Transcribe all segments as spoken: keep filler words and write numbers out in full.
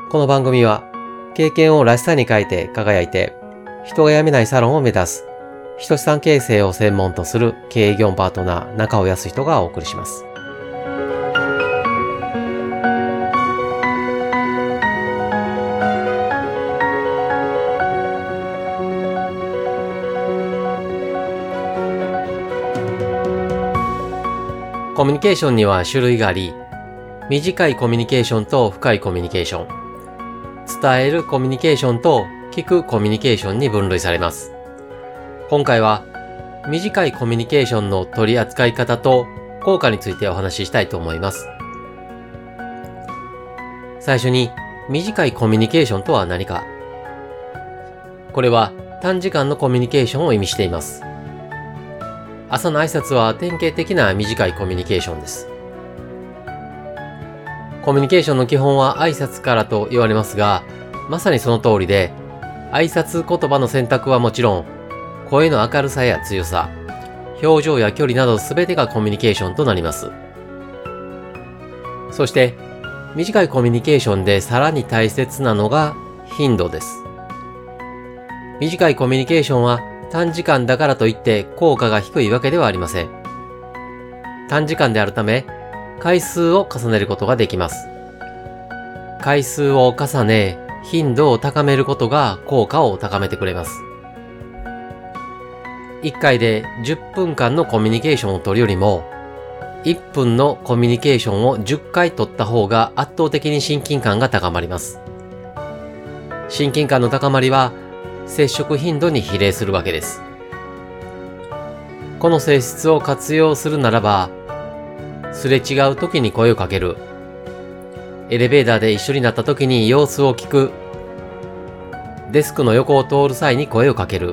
この番組は経験をらしさに変えて輝いて人が辞めないサロンを目指す人資産形成を専門とする経営業パートナー中尾康人がお送りします。コミュニケーションには種類があり、短いコミュニケーションと深いコミュニケーション、伝えるコミュニケーションと聞くコミュニケーションに分類されます。今回は短いコミュニケーションの取り扱い方と効果についてお話ししたいと思います。最初に短いコミュニケーションとは何か。これは短時間のコミュニケーションを意味しています。朝の挨拶は典型的な短いコミュニケーションです。コミュニケーションの基本は挨拶からと言われますが、まさにその通りで、挨拶言葉の選択はもちろん、声の明るさや強さ、表情や距離など全てがコミュニケーションとなります。そして、短いコミュニケーションでさらに大切なのが頻度です。短いコミュニケーションは短時間だからといって効果が低いわけではありません。短時間であるため、回数を重ねることができます。回数を重ね、頻度を高めることが効果を高めてくれます。いっかいでじゅっぷんかんのコミュニケーションを取るよりも、いっぷんのコミュニケーションをじゅっかい取った方が圧倒的に親近感が高まります。親近感の高まりは、接触頻度に比例するわけです。この性質を活用するならば、すれ違う時に声をかける。エレベーターで一緒になった時に様子を聞く。デスクの横を通る際に声をかける。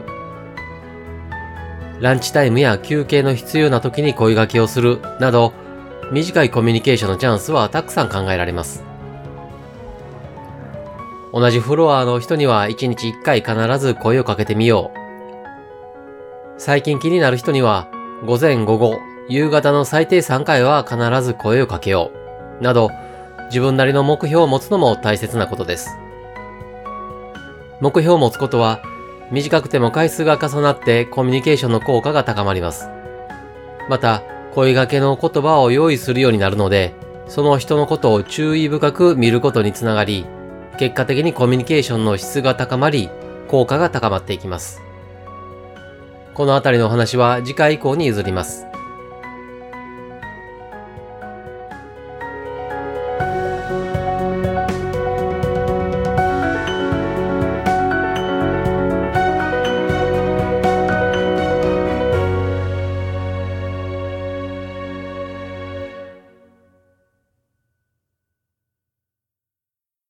ランチタイムや休憩の必要な時に声掛けをする。など、短いコミュニケーションのチャンスはたくさん考えられます。同じフロアの人にはいちにちいっかい必ず声をかけてみよう。最近気になる人には、午前午後、夕方の最低さんかいは必ず声をかけよう。など、自分なりの目標を持つのも大切なことです。目標を持つことは、短くても回数が重なってコミュニケーションの効果が高まります。また、声掛けの言葉を用意するようになるので、その人のことを注意深く見ることにつながり、結果的にコミュニケーションの質が高まり、効果が高まっていきます。このあたりのお話は次回以降に譲ります。